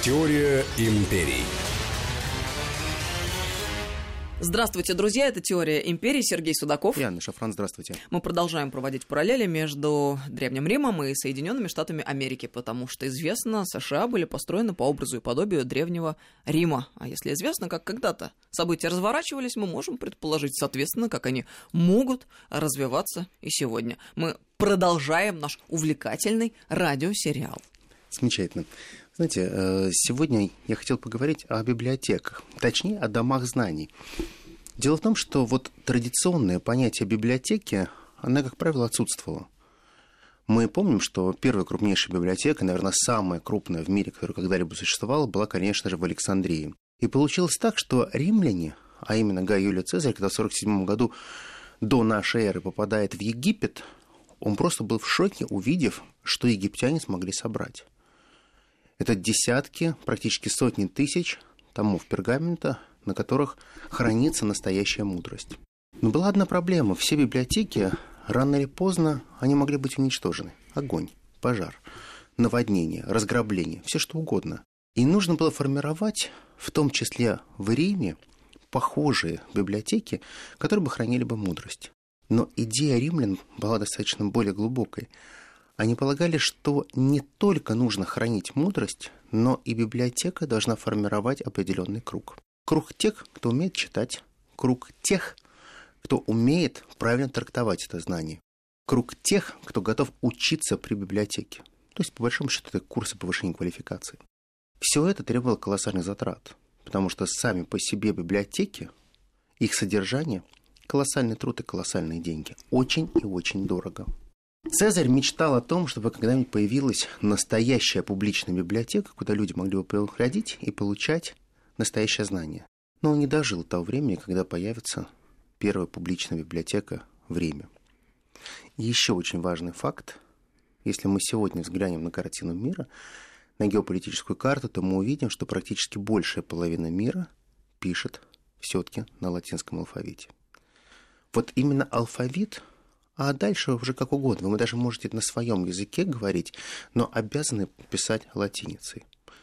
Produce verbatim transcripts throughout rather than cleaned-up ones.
Теория империй. Здравствуйте, друзья, это «Теория империи», Сергей Судаков. И Анна Шафран, здравствуйте. Мы продолжаем проводить параллели между Древним Римом и Соединенными Штатами Америки, потому что известно, США были построены по образу и подобию Древнего Рима. А если известно, как когда-то события разворачивались, мы можем предположить, соответственно, как они могут развиваться и сегодня. Мы продолжаем наш увлекательный радиосериал. Замечательно. Знаете, сегодня я хотел поговорить о библиотеках, точнее, о домах знаний. Дело в том, что вот традиционное понятие библиотеки, оно, как правило, отсутствовало. Мы помним, что первая крупнейшая библиотека, наверное, самая крупная в мире, которая когда-либо существовала, была, конечно же, в Александрии. И получилось так, что римляне, а именно Гай Юлий Цезарь, когда в сорок седьмом году до нашей эры попадает в Египет, он просто был в шоке, увидев, что египтяне смогли собрать. Это десятки, практически сотни тысяч томов пергамента, на которых хранится настоящая мудрость. Но была одна проблема. Все библиотеки, рано или поздно, они могли быть уничтожены. Огонь, пожар, наводнение, разграбление, все что угодно. И нужно было формировать, в том числе в Риме, похожие библиотеки, которые бы хранили бы мудрость. Но идея римлян была достаточно более глубокой. Они полагали, что не только нужно хранить мудрость, но и библиотека должна формировать определенный круг. Круг тех, кто умеет читать, круг тех, кто умеет правильно трактовать это знание, круг тех, кто готов учиться при библиотеке. То есть, по большому счету, это курсы повышения квалификации. Все это требовало колоссальных затрат, потому что сами по себе библиотеки, их содержание, колоссальный труд и колоссальные деньги. Очень и очень дорого. Цезарь мечтал о том, чтобы когда-нибудь появилась настоящая публичная библиотека, куда люди могли бы приходить и получать настоящее знание. Но он не дожил до того времени, когда появится первая публичная библиотека в Риме. И еще очень важный факт. Если мы сегодня взглянем на картину мира, на геополитическую карту, то мы увидим, что практически большая половина мира пишет все-таки на латинском алфавите. Вот именно алфавит... А дальше уже как угодно. Вы даже можете на своем языке говорить, но обязаны писать латиницей.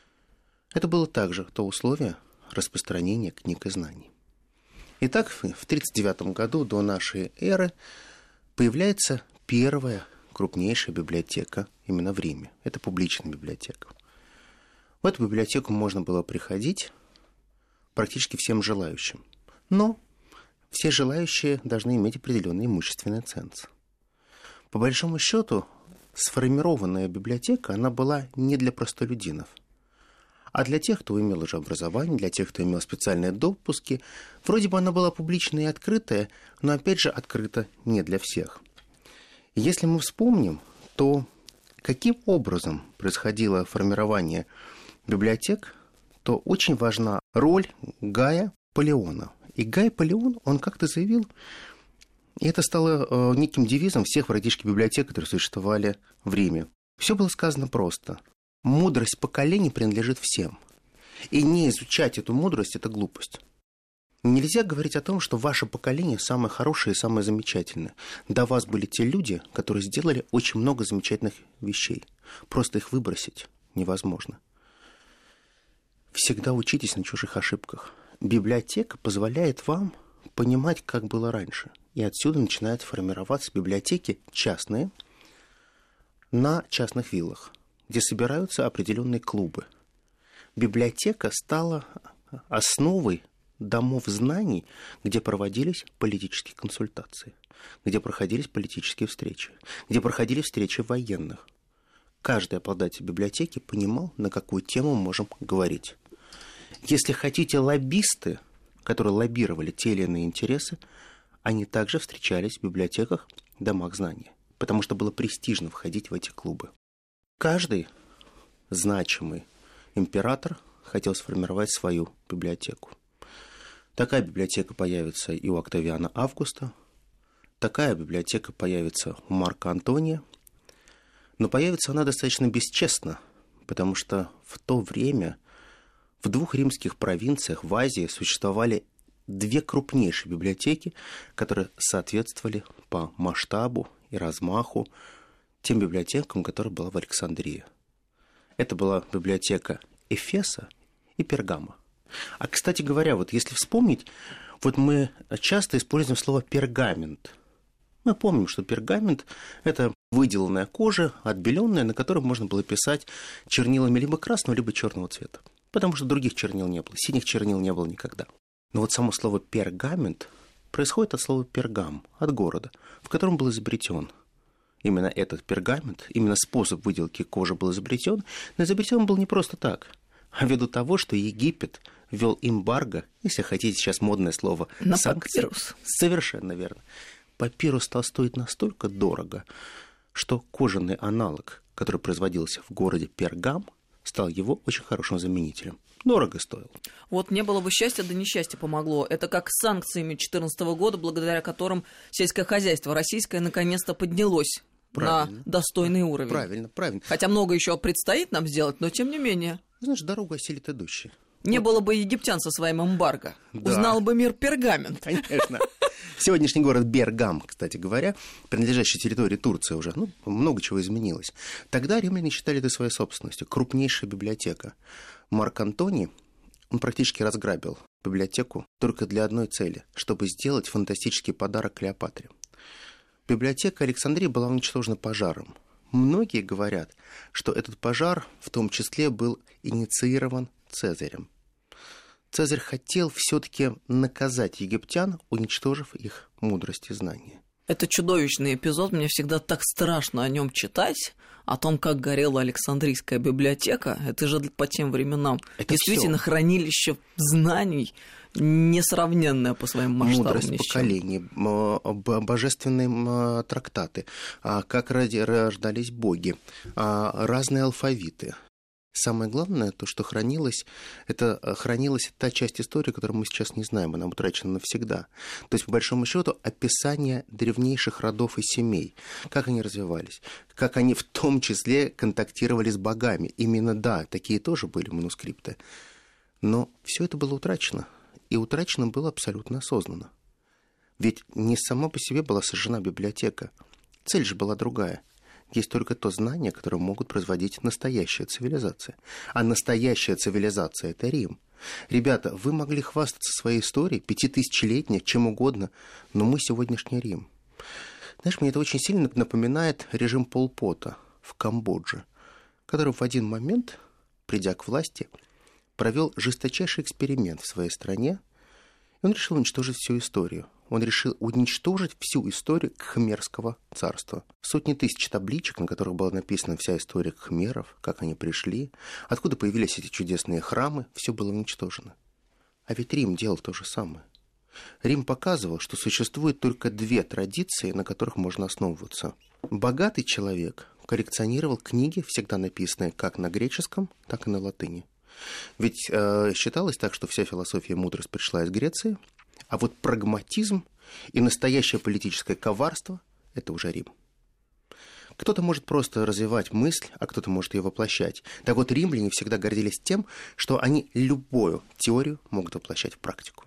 Это было также то условие распространения книг и знаний. Итак, в тридцать девятом году до нашей эры появляется первая крупнейшая библиотека именно в Риме. Это публичная библиотека. В эту библиотеку можно было приходить практически всем желающим. Но все желающие должны иметь определенный имущественный ценз. По большому счету, сформированная библиотека, она была не для простолюдинов, а для тех, кто имел уже образование, для тех, кто имел специальные допуски. Вроде бы она была публичная и открытая, но опять же открыта не для всех. Если мы вспомним, то каким образом происходило формирование библиотек, то очень важна роль Гая Полеона. И Гай Полеон, он как-то заявил, и это стало э, неким девизом всех воротишки библиотек, которые существовали в Риме. Все было сказано просто. Мудрость поколений принадлежит всем. И не изучать эту мудрость – это глупость. Нельзя говорить о том, что ваше поколение самое хорошее и самое замечательное. До вас были те люди, которые сделали очень много замечательных вещей. Просто их выбросить невозможно. Всегда учитесь на чужих ошибках. Библиотека позволяет вам понимать, как было раньше. И отсюда начинают формироваться библиотеки частные на частных виллах, где собираются определенные клубы. Библиотека стала основой домов знаний, где проводились политические консультации, где проходились политические встречи, где проходили встречи военных. Каждый обладатель библиотеки понимал, на какую тему мы можем говорить. Если хотите, лоббисты, которые лоббировали те или иные интересы, они также встречались в библиотеках, домах знаний, потому что было престижно входить в эти клубы. Каждый значимый император хотел сформировать свою библиотеку. Такая библиотека появится и у Октавиана Августа, такая библиотека появится у Марка Антония, но появится она достаточно бесчестно, потому что в то время в двух римских провинциях в Азии существовали две крупнейшие библиотеки, которые соответствовали по масштабу и размаху тем библиотекам, которая была в Александрии. Это была библиотека Эфеса и Пергама. А, кстати говоря, вот если вспомнить, вот мы часто используем слово «пергамент». Мы помним, что пергамент – это выделанная кожа, отбеленная, на которой можно было писать чернилами либо красного, либо черного цвета. Потому что других чернил не было, синих чернил не было никогда. Но вот само слово «пергамент» происходит от слова «пергам», от города, в котором был изобретен именно этот пергамент, именно способ выделки кожи был изобретен, но изобретен он был не просто так, а ввиду того, что Египет ввел эмбарго, если хотите сейчас модное слово, на санкции. папирус. Совершенно верно. Папирус стал стоить настолько дорого, что кожаный аналог, который производился в городе Пергам, стал его очень хорошим заменителем. Дорого стоил. Вот не было бы счастья, да несчастье помогло. Это как с санкциями две тысячи четырнадцатого года, благодаря которым сельское хозяйство российское наконец-то поднялось правильно. На достойный уровень. Правильно, правильно. Хотя много еще предстоит нам сделать, но тем не менее. Знаешь, дорогу осилит идущий. Не вот. было бы египтян со своим эмбарго. Да. Узнал бы мир пергамент. Конечно. Сегодняшний город Бергам, кстати говоря, принадлежащий территории Турции уже, ну, много чего изменилось. Тогда римляне считали это своей собственностью. Крупнейшая библиотека. Марк Антоний, он практически разграбил библиотеку только для одной цели, чтобы сделать фантастический подарок Клеопатре. Библиотека Александрии была уничтожена пожаром. Многие говорят, что этот пожар в том числе был инициирован Цезарем. Цезарь хотел все-таки наказать египтян, уничтожив их мудрость и знания. Это чудовищный эпизод, мне всегда так страшно о нем читать, о том, как горела Александрийская библиотека. Это же по тем временам это действительно всё. Хранилище знаний, несравненное по своим масштабам. Мудрость поколений, божественные трактаты, как рождались боги, разные алфавиты. Самое главное, то, что хранилось, это хранилась та часть истории, которую мы сейчас не знаем, она утрачена навсегда. То есть, по большому счету, описание древнейших родов и семей, как они развивались, как они в том числе контактировали с богами. Именно, да, такие тоже были манускрипты. Но все это было утрачено, и утрачено было абсолютно осознанно. Ведь не сама по себе была сожжена библиотека, цель же была другая. Есть только то знание, которое могут производить настоящая цивилизация. А настоящая цивилизация – это Рим. Ребята, вы могли хвастаться своей историей, пятитысячелетней, чем угодно, но мы сегодняшний Рим. Знаешь, мне это очень сильно напоминает режим Пол Пота в Камбодже, который в один момент, придя к власти, провел жесточайший эксперимент в своей стране, и он решил уничтожить всю историю. Он решил уничтожить всю историю Кхмерского царства. Сотни тысяч табличек, на которых была написана вся история кхмеров, как они пришли, откуда появились эти чудесные храмы, все было уничтожено. А ведь Рим делал то же самое. Рим показывал, что существует только две традиции, на которых можно основываться. Богатый человек коллекционировал книги, всегда написанные как на греческом, так и на латыни. Ведь э, считалось так, что вся философия и мудрость пришла из Греции, а вот прагматизм и настоящее политическое коварство – это уже Рим. Кто-то может просто развивать мысль, а кто-то может ее воплощать. Так вот, римляне всегда гордились тем, что они любую теорию могут воплощать в практику.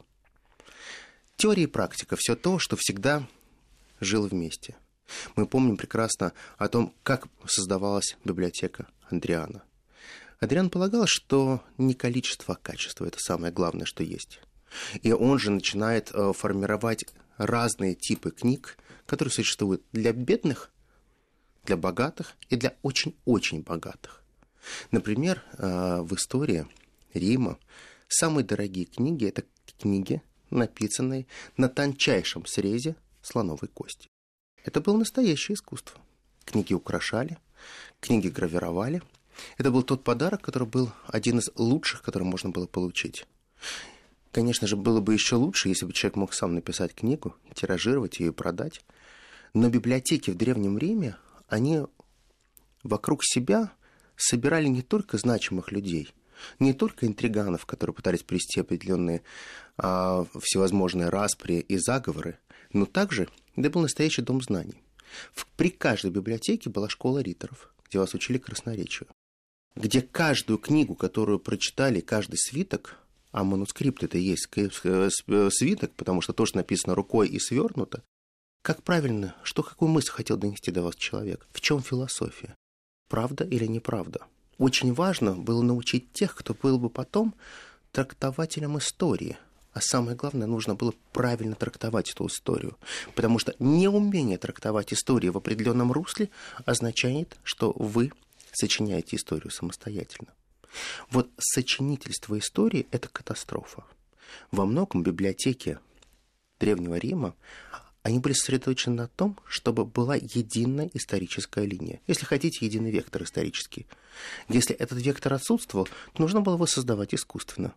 Теория и практика – все то, что всегда жило вместе. Мы помним прекрасно о том, как создавалась библиотека Адриана. Адриан полагал, что не количество, а качество – это самое главное, что есть. И он же начинает э, формировать разные типы книг, которые существуют для бедных, для богатых и для очень-очень богатых. Например, э, в истории Рима самые дорогие книги – это книги, написанные на тончайшем срезе слоновой кости. Это было настоящее искусство. Книги украшали, книги гравировали. Это был тот подарок, который был один из лучших, который можно было получить. Конечно же, было бы еще лучше, если бы человек мог сам написать книгу, тиражировать ее и продать. Но библиотеки в Древнем Риме, они вокруг себя собирали не только значимых людей, не только интриганов, которые пытались привести определенные а, всевозможные распри и заговоры, но также это был настоящий дом знаний. В, при каждой библиотеке была школа риторов, где вас учили красноречию, где каждую книгу, которую прочитали, каждый свиток, а манускрипт это и есть свиток, потому что то, что написано рукой и свернуто, как правильно, что, какую мысль хотел донести до вас человек, в чем философия, правда или неправда. очень важно было научить тех, кто был бы потом трактователем истории. А самое главное, нужно было правильно трактовать эту историю. Потому что неумение трактовать историю в определенном русле означает, что вы сочиняете историю самостоятельно. Вот сочинительство истории – это катастрофа. Во многом библиотеки Древнего Рима, они были сосредоточены на том, чтобы была единая историческая линия. Если хотите, единый вектор исторический. Если этот вектор отсутствовал, то нужно было его создавать искусственно.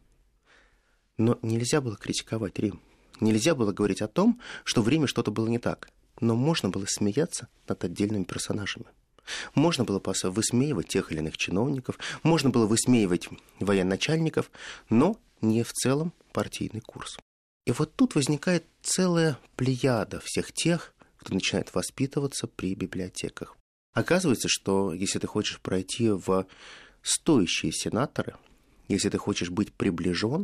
Но нельзя было критиковать Рим. Нельзя было говорить о том, что в Риме что-то было не так. Но можно было смеяться над отдельными персонажами. Можно было просто высмеивать тех или иных чиновников, можно было высмеивать военачальников, но не в целом партийный курс. И вот тут возникает целая плеяда всех тех, кто начинает воспитываться при библиотеках. Оказывается, что если ты хочешь пройти в стоящие сенаторы, если ты хочешь быть приближен,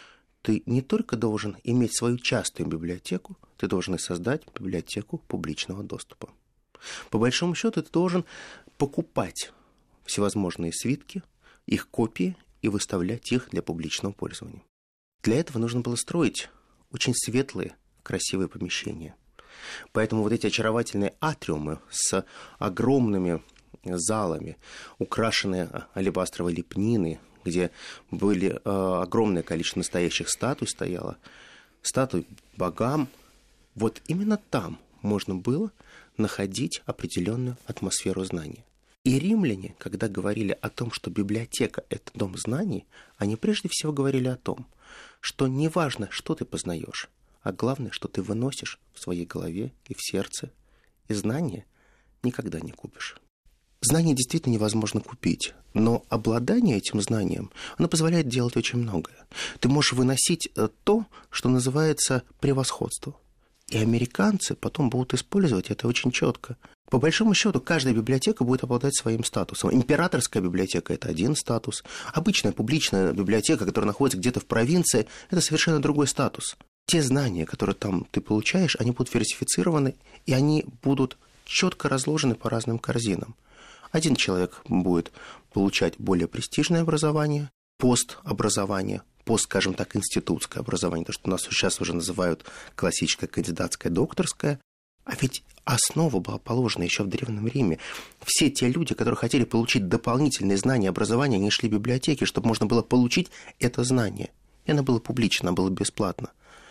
ты не только должен иметь свою частную библиотеку, ты должен и создать библиотеку публичного доступа. По большому счету, ты должен покупать всевозможные свитки, их копии и выставлять их для публичного пользования. Для этого нужно было строить очень светлые, красивые помещения. Поэтому вот эти очаровательные атриумы с огромными залами, украшенные алебастровой лепниной, где были э, огромное количество настоящих статуй стояло, статуй богам, вот именно там можно было находить определенную атмосферу знания. И римляне, когда говорили о том, что библиотека – это дом знаний, они прежде всего говорили о том, что не важно, что ты познаешь, а главное, что ты выносишь в своей голове и в сердце, и знания никогда не купишь. Знание действительно невозможно купить, но обладание этим знанием, оно позволяет делать очень многое. Ты можешь выносить то, что называется превосходство. И американцы потом будут использовать это очень четко. По большому счету, каждая библиотека будет обладать своим статусом. Императорская библиотека – это один статус. Обычная публичная библиотека, которая находится где-то в провинции, это совершенно другой статус. Те знания, которые там ты получаешь, они будут версифицированы, и они будут четко разложены по разным корзинам. Один человек будет получать более престижное образование, постобразование, пост, скажем так, институтское образование, то, что у нас сейчас уже называют классическое кандидатское, докторское. А ведь основа была положена еще в Древнем Риме. Все те люди, которые хотели получить дополнительные знания и образование, они шли в библиотеки, чтобы можно было получить это знание. И оно было публично, оно было бесплатно.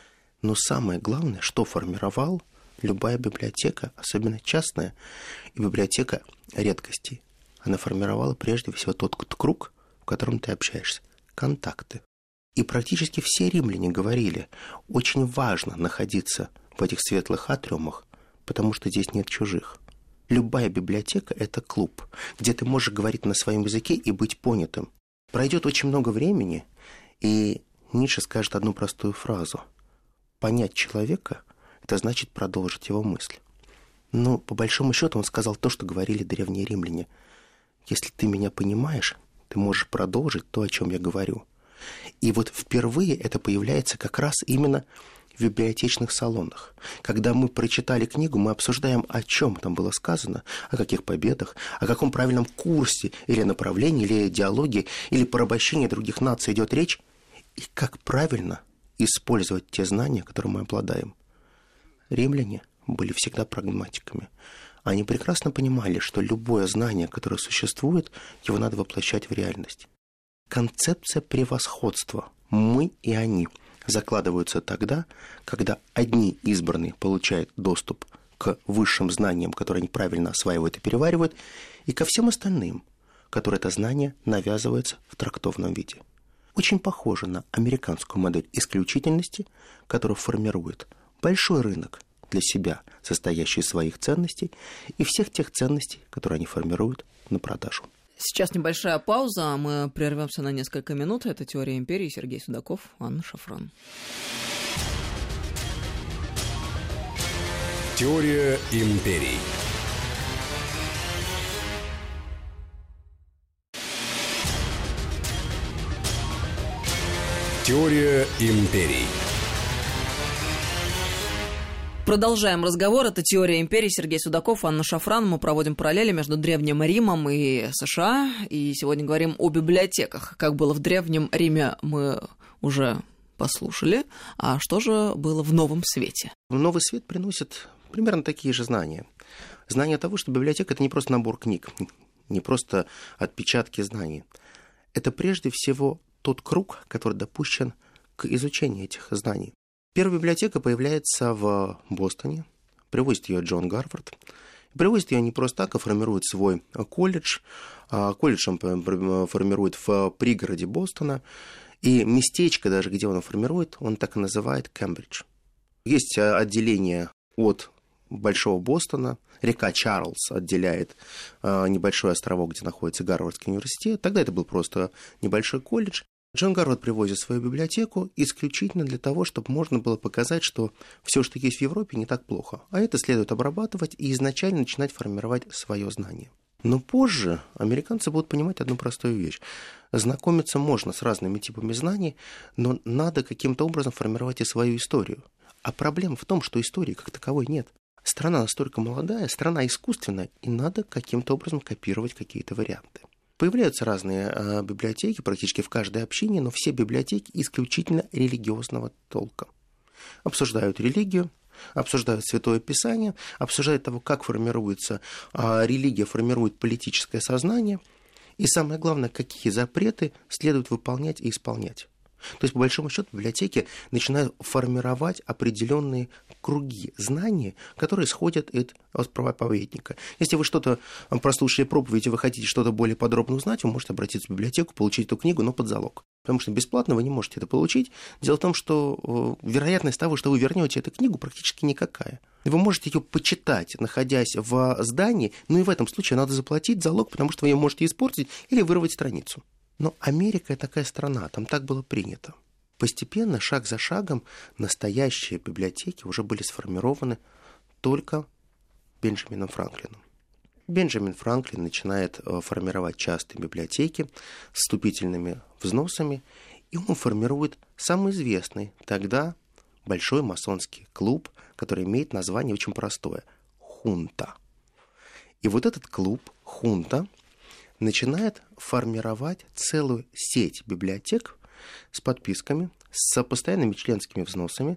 Но самое главное, что формировал любая библиотека, особенно частная, и библиотека редкостей, она формировала прежде всего тот круг, в котором ты общаешься, контакты. И практически все римляне говорили, очень важно находиться в этих светлых атриумах, потому что здесь нет чужих. Любая библиотека – это клуб, где ты можешь говорить на своем языке и быть понятым. Пройдет очень много времени, и Ницше скажет одну простую фразу. Понять человека – это значит продолжить его мысль. Но, по большому счету, он сказал то, что говорили древние римляне. Если ты меня понимаешь, ты можешь продолжить то, о чем я говорю. И вот впервые это появляется как раз именно в библиотечных салонах. Когда мы прочитали книгу, мы обсуждаем, о чем там было сказано, о каких победах, о каком правильном курсе или направлении, или идеологии, или порабощении других наций идет речь, и как правильно использовать те знания, которые мы обладаем. Римляне были всегда прагматиками. Они прекрасно понимали, что любое знание, которое существует, его надо воплощать в реальность. Концепция превосходства «мы и они» закладываются тогда, когда одни избранные получают доступ к высшим знаниям, которые они правильно осваивают и переваривают, и ко всем остальным, которые это знание навязывается в трактовном виде. Очень похоже на американскую модель исключительности, которая формирует большой рынок для себя, состоящий из своих ценностей и всех тех ценностей, которые они формируют на продажу. Сейчас небольшая пауза, мы прервемся на несколько минут. Это «Теория империи», Сергей Судаков, Анна Шафран. Теория империй. Теория империй. Продолжаем разговор. Это «Теория империи». Сергей Судаков, Анна Шафран. Мы проводим параллели между Древним Римом и США. И сегодня говорим о библиотеках. Как было в Древнем Риме, мы уже послушали. А что же было в Новом Свете? Новый Свет приносит примерно такие же знания. Знание того, что библиотека – это не просто набор книг, не просто отпечатки знаний. Это прежде всего тот круг, который допущен к изучению этих знаний. Первая библиотека появляется в Бостоне, привозит ее Джон Гарвард. Привозит ее не просто так, а формирует свой колледж. Колледж он формирует в пригороде Бостона. И местечко даже, где он формирует, он так и называет Кембридж. Есть отделение от Большого Бостона. Река Чарльз отделяет небольшой островок, где находится Гарвардский университет. Тогда это был просто небольшой колледж. Джон Гарвард привозит свою библиотеку исключительно для того, чтобы можно было показать, что все, что есть в Европе, не так плохо. А это следует обрабатывать и изначально начинать формировать свое знание. Но позже американцы будут понимать одну простую вещь. Знакомиться можно с разными типами знаний, но надо каким-то образом формировать и свою историю. А проблема в том, что истории как таковой нет. Страна настолько молодая, страна искусственная, и надо каким-то образом копировать какие-то варианты. Появляются разные э, библиотеки практически в каждой общине, но все библиотеки исключительно религиозного толка. Обсуждают религию, обсуждают Святое Писание, обсуждают того, как формируется э, религия, формирует политическое сознание, и самое главное, какие запреты следует выполнять и исполнять. То есть, по большому счету, библиотеки начинают формировать определенные круги знаний, которые исходят от проповедника. Если вы что-то прослушали проповедь, и вы хотите что-то более подробно узнать, вы можете обратиться в библиотеку, получить эту книгу, но под залог. Потому что бесплатно вы не можете это получить. Дело в том, что вероятность того, что вы вернете эту книгу, практически никакая. Вы можете ее почитать, находясь в здании, но и в этом случае надо заплатить залог, потому что вы ее можете испортить или вырвать страницу. Но Америка – это такая страна, там так было принято. Постепенно, шаг за шагом, настоящие библиотеки уже были сформированы только Бенджамином Франклином. Бенджамин Франклин начинает формировать частные библиотеки с вступительными взносами, и он формирует самый известный тогда большой масонский клуб, который имеет название очень простое – «Хунта». И вот этот клуб «Хунта» начинает формировать целую сеть библиотек с подписками, с постоянными членскими взносами,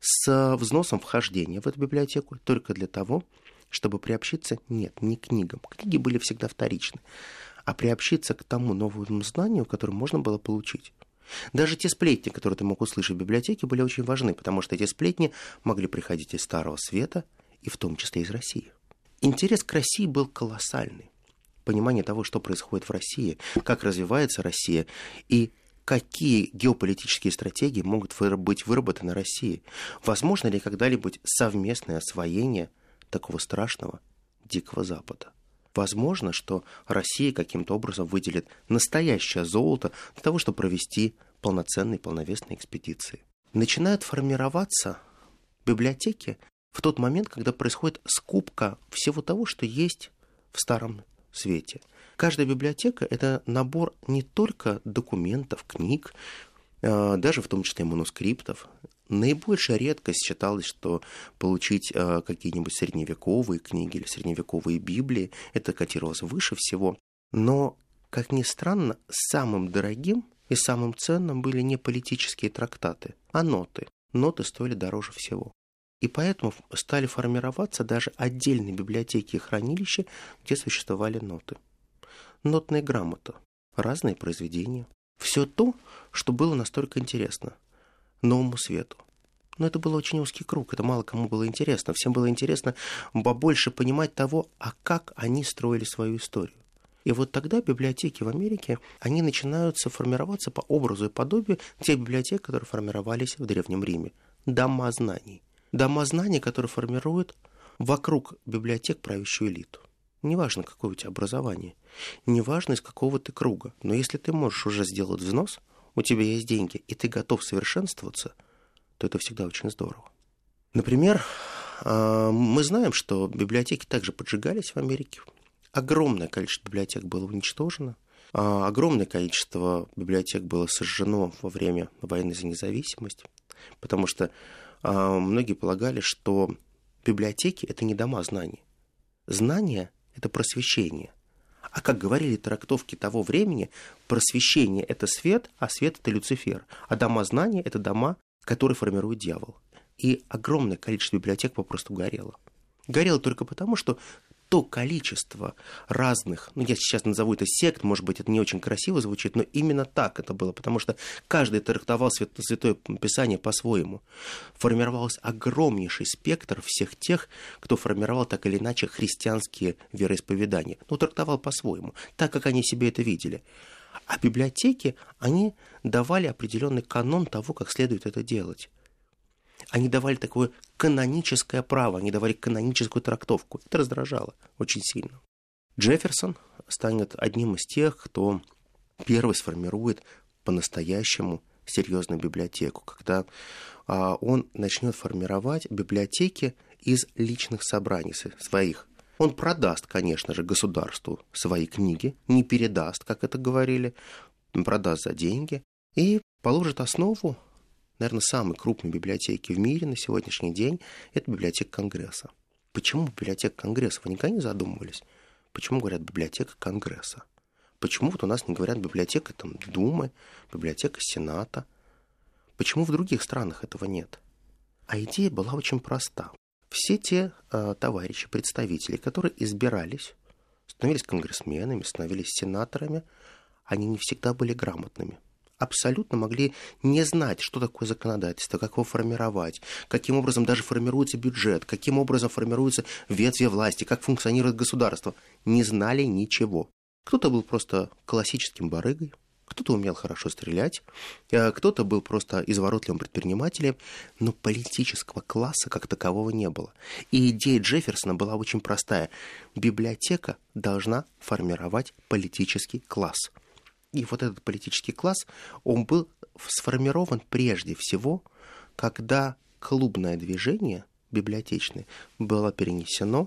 с взносом вхождения в эту библиотеку только для того, чтобы приобщиться, нет, не к книгам, книги были всегда вторичны, а приобщиться к тому новому знанию, которое можно было получить. Даже те сплетни, которые ты мог услышать в библиотеке, были очень важны, потому что эти сплетни могли приходить из Старого Света, и в том числе из России. Интерес к России был колоссальный. Понимание того, что происходит в России, как развивается Россия и какие геополитические стратегии могут быть выработаны Россией. Возможно ли когда-либо совместное освоение такого страшного Дикого Запада? Возможно, что Россия каким-то образом выделит настоящее золото для того, чтобы провести полноценные, полновесные экспедиции. Начинают формироваться библиотеки в тот момент, когда происходит скупка всего того, что есть в Старом Свете. Каждая библиотека – это набор не только документов, книг, даже в том числе манускриптов. Наибольшая редкость считалась, что получить какие-нибудь средневековые книги или средневековые Библии – это котировалось выше всего. Но, как ни странно, самым дорогим и самым ценным были не политические трактаты, а ноты. Ноты стоили дороже всего. И поэтому стали формироваться даже отдельные библиотеки и хранилища, где существовали ноты. Нотная грамота, разные произведения. Все то, что было настолько интересно новому свету. Но это был очень узкий круг, это мало кому было интересно. Всем было интересно побольше понимать того, а как они строили свою историю. И вот тогда библиотеки в Америке, они начинаются формироваться по образу и подобию тех библиотек, которые формировались в Древнем Риме. Дома знаний. Дома знаний, которые формируют вокруг библиотек правящую элиту. Неважно, какое у тебя образование, неважно, из какого ты круга, но если ты можешь уже сделать взнос, у тебя есть деньги, и ты готов совершенствоваться, то это всегда очень здорово. Например, мы знаем, что библиотеки также поджигались в Америке. Огромное количество библиотек было уничтожено, огромное количество библиотек было сожжено во время войны за независимость, потому что многие полагали, что Библиотеки – это не дома знаний. Знание – это просвещение. А как говорили трактовки того времени, просвещение – это свет, а свет – это Люцифер. А дома знаний – это дома, которые формирует дьявол. И огромное количество библиотек попросту горело. Горело только потому, что то количество разных, ну я сейчас назову это сект, может быть, это не очень красиво звучит, но именно так это было, потому что каждый трактовал Святое Писание по-своему. Формировался огромнейший спектр всех тех, кто формировал так или иначе христианские вероисповедания. Ну, трактовал по-своему, так, как они себе это видели. А библиотеки, они давали определенный канон того, как следует это делать. Они давали такое каноническое право, они давали каноническую трактовку. Это раздражало очень сильно. Джефферсон станет одним из тех, кто первый сформирует по-настоящему серьезную библиотеку, когда а, он начнет формировать библиотеки из личных собраний своих. Он продаст, конечно же, государству свои книги, не передаст, как это говорили, продаст за деньги и положит основу, наверное, самой крупной библиотеки в мире на сегодняшний день – это библиотека Конгресса. Почему библиотека Конгресса? Вы никогда не задумывались? Почему говорят библиотека Конгресса? Почему вот у нас не говорят библиотека там, Думы, библиотека Сената? Почему в других странах этого нет? А идея была очень проста. Все те э, товарищи, представители, которые избирались, становились конгрессменами, становились сенаторами, они не всегда были грамотными. Абсолютно могли не знать, что такое законодательство, как его формировать, каким образом даже формируется бюджет, каким образом формируются ветви власти, как функционирует государство. Не знали ничего. Кто-то был просто классическим барыгой, кто-то умел хорошо стрелять, кто-то был просто изворотливым предпринимателем, но политического класса как такового не было. И идея Джефферсона была очень простая. Библиотека должна формировать политический класс. И вот этот политический класс, он был сформирован прежде всего, когда клубное движение библиотечное было перенесено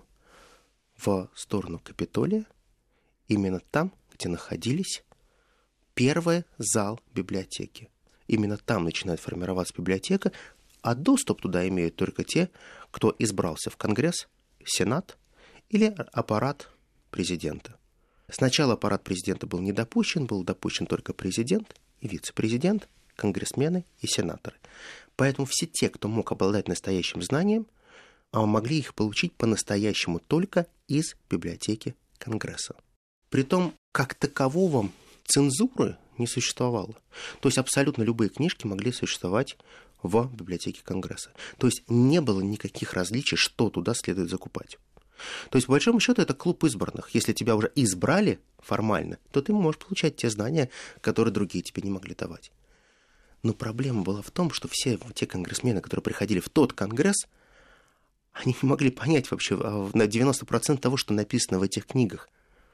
в сторону Капитолия, именно там, где находились первый зал библиотеки. Именно там начинает формироваться библиотека, а доступ туда имеют только те, кто избрался в Конгресс, Сенат или аппарат президента. Сначала аппарат президента был не допущен, был допущен только президент и вице-президент, конгрессмены и сенаторы. Поэтому все те, кто мог обладать настоящим знанием, могли их получить по-настоящему только из библиотеки Конгресса. Притом, как такового цензуры не существовало. То есть абсолютно любые книжки могли существовать в библиотеке Конгресса. То есть не было никаких различий, что туда следует закупать. То есть, по большому счету, это клуб избранных. Если тебя уже избрали формально, то ты можешь получать те знания, которые другие тебе не могли давать. Но проблема была в том, что все те конгрессмены, которые приходили в тот конгресс, они не могли понять вообще на девяносто процентов того, что написано в этих книгах.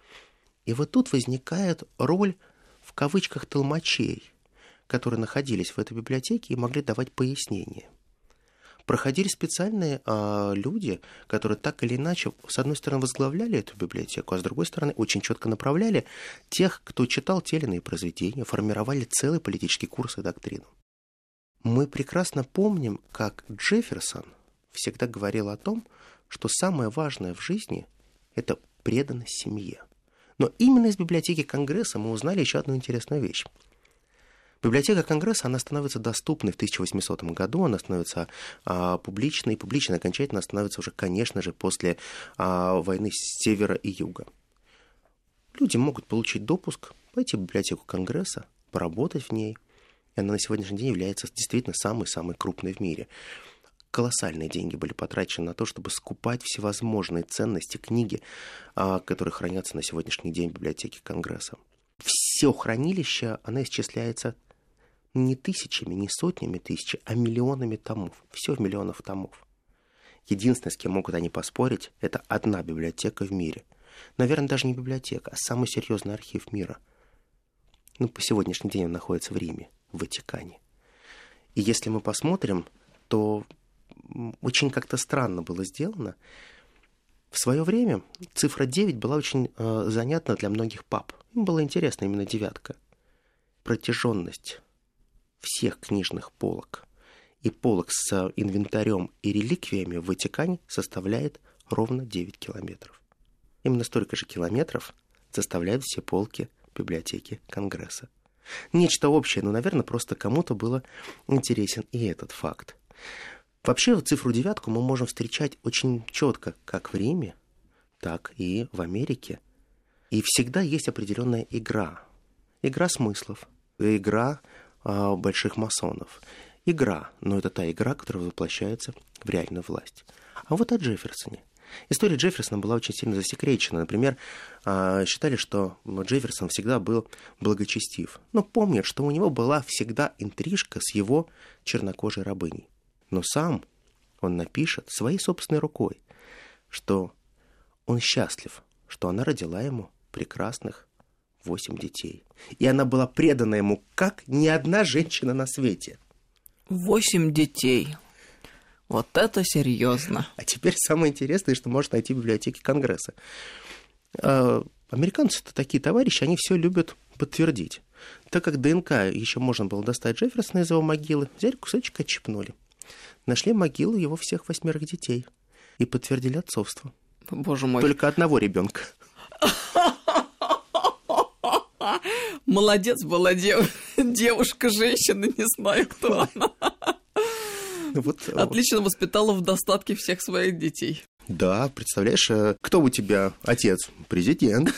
И вот тут возникает роль, в кавычках, толмачей, которые находились в этой библиотеке и могли давать пояснения. Проходили специальные а, люди, которые так или иначе, с одной стороны, возглавляли эту библиотеку, а с другой стороны, очень четко направляли тех, кто читал те или иные произведения, формировали целый политический курс и доктрину. Мы прекрасно помним, как Джефферсон всегда говорил о том, что самое важное в жизни – это преданность семье. Но именно из библиотеки Конгресса мы узнали еще одну интересную вещь. Библиотека Конгресса, она становится доступной в тысяча восьмисотом году, она становится а, публичной, и публично окончательно становится уже, конечно же, после а, войны севера и юга. Люди могут получить допуск, пойти в библиотеку Конгресса, поработать в ней, и она на сегодняшний день является действительно самой-самой крупной в мире. Колоссальные деньги были потрачены на то, чтобы скупать всевозможные ценности, книги, а, которые хранятся на сегодняшний день в библиотеке Конгресса. Все хранилище, оно исчисляется не тысячами, не сотнями тысяч, а миллионами томов. Все в миллионах томов. Единственное, с кем могут они поспорить, это одна библиотека в мире. Наверное, даже не библиотека, а самый серьезный архив мира. Ну, по сегодняшний день он находится в Риме, в Ватикане. И если мы посмотрим, то очень как-то странно было сделано. В свое время цифра девять была очень э, занятна для многих пап. Им было интересно именно девятка. Протяженность всех книжных полок и полок с инвентарем и реликвиями в Ватикане составляет ровно девять километров. Именно столько же километров составляют все полки библиотеки Конгресса. Нечто общее, но, наверное, просто кому-то было интересен и этот факт. Вообще, цифру девятку мы можем встречать очень четко как в Риме, так и в Америке. И всегда есть определенная игра. Игра смыслов, игра а, больших масонов. Игра, но это та игра, которая воплощается в реальную власть. А вот о Джефферсоне. История Джефферсона была очень сильно засекречена. Например, считали, что Джефферсон всегда был благочестив. Но помнят, что у него была всегда интрижка с его чернокожей рабыней. Но сам он напишет своей собственной рукой, что он счастлив, что она родила ему прекрасных восемь детей. И она была предана ему, как ни одна женщина на свете. Восемь детей. Вот это серьезно. А теперь самое интересное, что можно найти в библиотеке Конгресса. Американцы-то такие товарищи, они все любят подтвердить. Так как ДНК еще можно было достать Джефферсона из его могилы, взяли кусочек, отщипнули. Нашли могилу его всех восьмерых детей и подтвердили отцовство. Боже мой. Только одного ребенка. Молодец была дев... девушка, женщина, не знаю, кто она. Вот. Отлично воспитала в достатке всех своих детей. Да, представляешь, кто у тебя отец? Президент.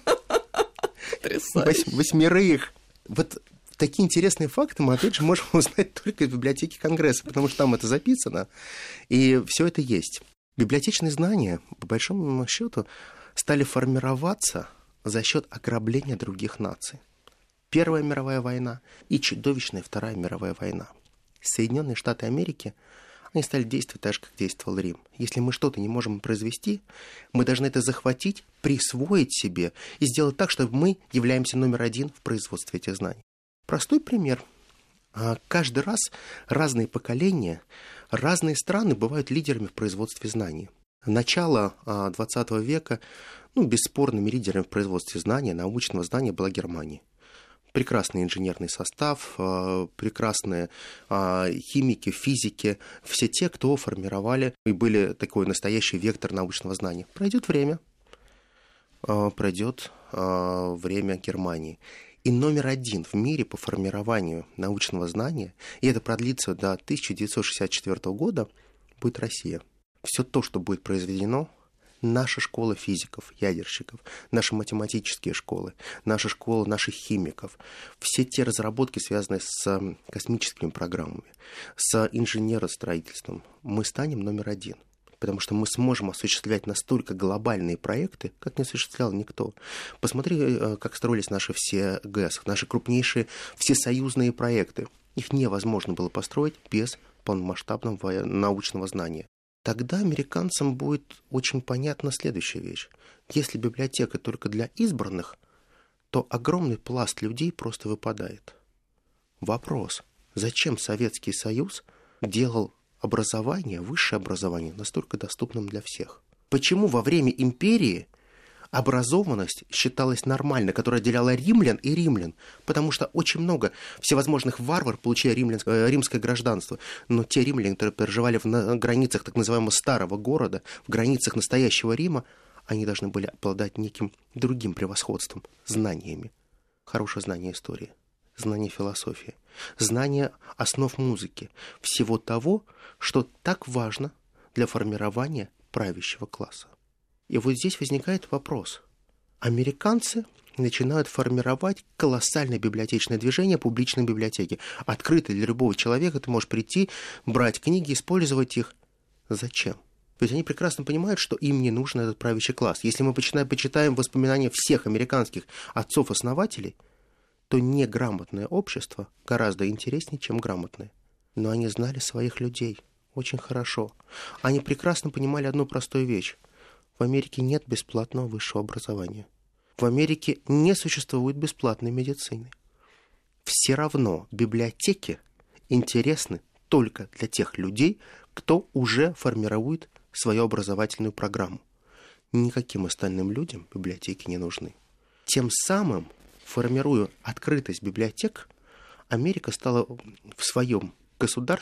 Потрясающе. Восьмерых. Вот такие интересные факты мы, опять же, можем узнать только в библиотеке Конгресса, потому что там это записано, и все это есть. Библиотечные знания, по большому счету, стали формироваться за счет ограбления других наций. Первая мировая война и чудовищная Вторая мировая война. Соединенные Штаты Америки, они стали действовать так же, как действовал Рим. Если мы что-то не можем произвести, мы должны это захватить, присвоить себе и сделать так, чтобы мы являемся номер один в производстве этих знаний. Простой пример. Каждый раз разные поколения, разные страны бывают лидерами в производстве знаний. Начало двадцатого века, ну, бесспорными лидерами в производстве знания, научного знания была Германия. Прекрасный инженерный состав, прекрасные химики, физики, все те, кто формировали и были такой настоящий вектор научного знания. Пройдет время, пройдет время Германии. И номер один в мире по формированию научного знания, и это продлится до тысяча девятьсот шестьдесят четвёртого года, будет Россия. Все то, что будет произведено, наша школа физиков, ядерщиков, наши математические школы, наша школа наших химиков, все те разработки, связанные с космическими программами, с инженеростроительством, мы станем номер один. Потому что мы сможем осуществлять настолько глобальные проекты, как не осуществлял никто. Посмотри, как строились наши все ГЭС, наши крупнейшие всесоюзные проекты. Их невозможно было построить без полномасштабного научного знания. Тогда американцам будет очень понятна следующая вещь. Если библиотека только для избранных, то огромный пласт людей просто выпадает. Вопрос: зачем Советский Союз делал образование, высшее образование настолько доступным для всех? Почему во время империи образованность считалась нормальной, которая отделяла римлян и римлян? Потому что очень много всевозможных варвар получили римлянское, римское гражданство. Но те римляне, которые проживали в границах так называемого старого города, в границах настоящего Рима, они должны были обладать неким другим превосходством, знаниями. Хорошее знание истории, знание философии, знание основ музыки, всего того, что так важно для формирования правящего класса. И вот здесь возникает вопрос. Американцы начинают формировать колоссальное библиотечное движение публичной библиотеки. Открыто для любого человека, ты можешь прийти, брать книги, использовать их. Зачем? Ведь они прекрасно понимают, что им не нужен этот правящий класс. Если мы почитаем, почитаем воспоминания всех американских отцов-основателей, то неграмотное общество гораздо интереснее, чем грамотное. Но они знали своих людей очень хорошо. Они прекрасно понимали одну простую вещь. В Америке нет бесплатного высшего образования. В Америке не существует бесплатной медицины. Все равно библиотеки интересны только для тех людей, кто уже формирует свою образовательную программу. Никаким остальным людям библиотеки не нужны. Тем самым, формируя открытость библиотек, Америка стала в своем государстве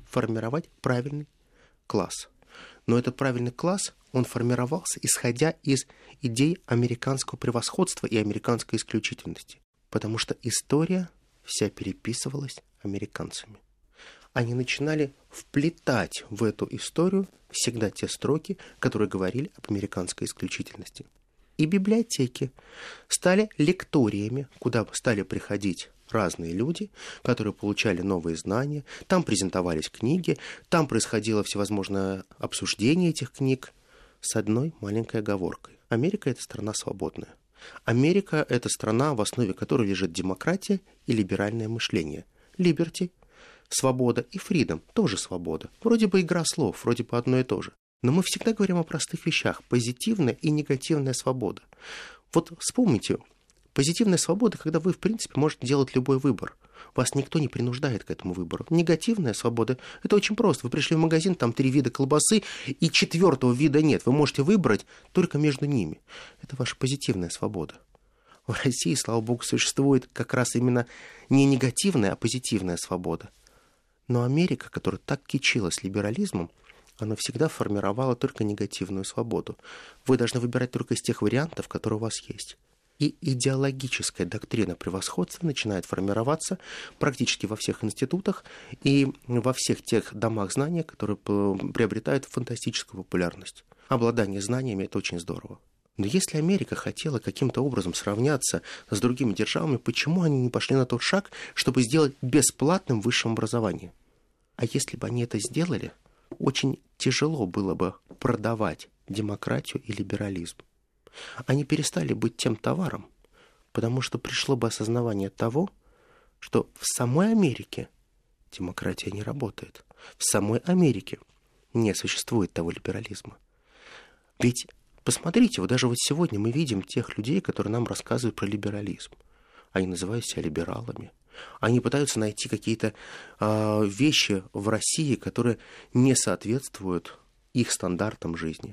формировать правильный класс. Но этот правильный класс, он формировался, исходя из идей американского превосходства и американской исключительности. Потому что история вся переписывалась американцами. Они начинали вплетать в эту историю всегда те строки, которые говорили об американской исключительности. И библиотеки стали лекториями, куда стали приходить разные люди, которые получали новые знания, там презентовались книги, там происходило всевозможное обсуждение этих книг с одной маленькой оговоркой. Америка – это страна свободная. Америка – это страна, в основе которой лежит демократия и либеральное мышление. Liberty – свобода, и freedom – тоже свобода. Вроде бы игра слов, вроде бы одно и то же. Но мы всегда говорим о простых вещах. Позитивная и негативная свобода. Вот вспомните, позитивная свобода, когда вы, в принципе, можете делать любой выбор. Вас никто не принуждает к этому выбору. Негативная свобода – это очень просто. Вы пришли в магазин, там три вида колбасы, и четвертого вида нет. Вы можете выбрать только между ними. Это ваша позитивная свобода. В России, слава богу, существует как раз именно не негативная, а позитивная свобода. Но Америка, которая так кичилась либерализмом, она всегда формировала только негативную свободу. Вы должны выбирать только из тех вариантов, которые у вас есть. И идеологическая доктрина превосходства начинает формироваться практически во всех институтах и во всех тех домах знания, которые приобретают фантастическую популярность. Обладание знаниями – это очень здорово. Но если Америка хотела каким-то образом сравняться с другими державами, почему они не пошли на тот шаг, чтобы сделать бесплатным высшее образование? А если бы они это сделали, очень тяжело было бы продавать демократию и либерализм. Они перестали быть тем товаром, потому что пришло бы осознавание того, что в самой Америке демократия не работает. В самой Америке не существует того либерализма. Ведь посмотрите, вот даже вот сегодня мы видим тех людей, которые нам рассказывают про либерализм. Они называют себя либералами. Они пытаются найти какие-то э, вещи в России, которые не соответствуют их стандартам жизни.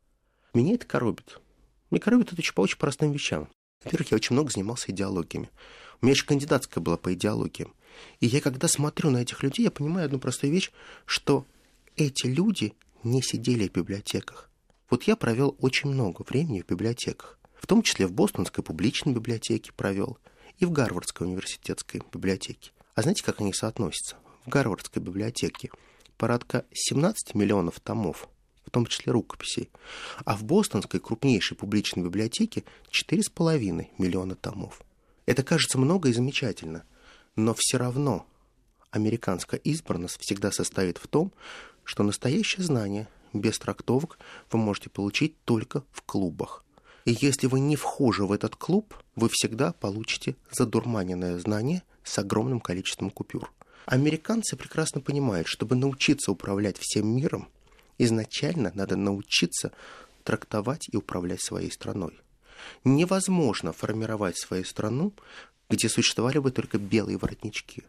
Меня это коробит. Меня коробит это очень, по очень простым вещам. Во-первых, я очень много занимался идеологиями. У меня еще кандидатская была по идеологиям. И я, когда смотрю на этих людей, я понимаю одну простую вещь, что эти люди не сидели в библиотеках. Вот я провел очень много времени в библиотеках. В том числе в Бостонской публичной библиотеке провел. И в Гарвардской университетской библиотеке. А знаете, как они соотносятся? В Гарвардской библиотеке порядка семнадцать миллионов томов, в том числе рукописей. А в Бостонской крупнейшей публичной библиотеке четыре с половиной миллиона томов. Это кажется много и замечательно, но все равно американская избранность всегда состоит в том, что настоящее знание без трактовок вы можете получить только в клубах. И если вы не вхожи в этот клуб, вы всегда получите задурманенное знание с огромным количеством купюр. Американцы прекрасно понимают, чтобы научиться управлять всем миром, изначально надо научиться трактовать и управлять своей страной. Невозможно формировать свою страну, где существовали бы только белые воротнички.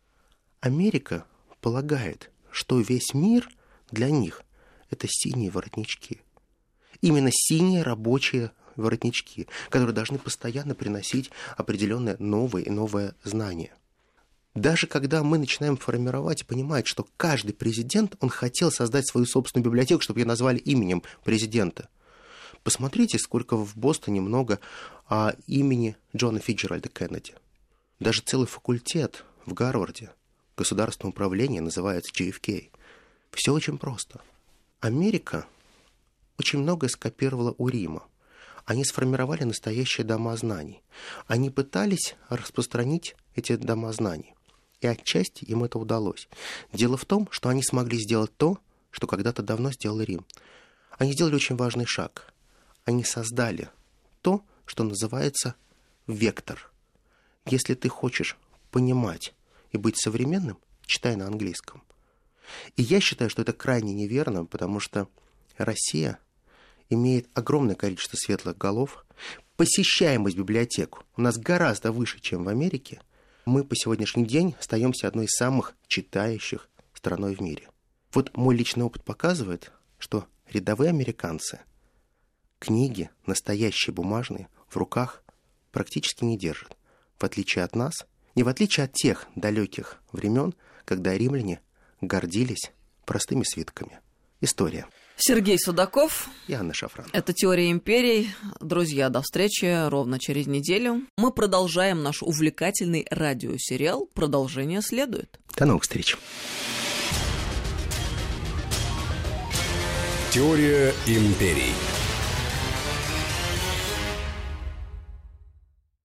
Америка полагает, что весь мир для них – это синие воротнички. Именно синие рабочие воротнички, которые должны постоянно приносить определенные новые и новые знания. Даже когда мы начинаем формировать и понимать, что каждый президент, он хотел создать свою собственную библиотеку, чтобы ее назвали именем президента. Посмотрите, сколько в Бостоне много а, имени Джона Фицджеральда Кеннеди. Даже целый факультет в Гарварде, государственное управление, называется джей эф кей. Все очень просто. Америка очень многое скопировала у Рима. Они сформировали настоящие дома знаний. Они пытались распространить эти дома знаний. И отчасти им это удалось. Дело в том, что они смогли сделать то, что когда-то давно сделал Рим. Они сделали очень важный шаг. Они создали то, что называется вектор. Если ты хочешь понимать и быть современным, читай на английском. И я считаю, что это крайне неверно, потому что Россия имеет огромное количество светлых голов. Посещаемость библиотек у нас гораздо выше, чем в Америке. Мы по сегодняшний день остаемся одной из самых читающих страной в мире. Вот мой личный опыт показывает, что рядовые американцы книги, настоящие бумажные, в руках практически не держат. В отличие от нас, не в отличие от тех далеких времен, когда римляне гордились простыми свитками. История. Сергей Судаков И Анна Шафран. Это «Теория империй». Друзья, до встречи ровно через неделю. Мы продолжаем наш увлекательный радиосериал. Продолжение следует. До новых встреч. Теория империй.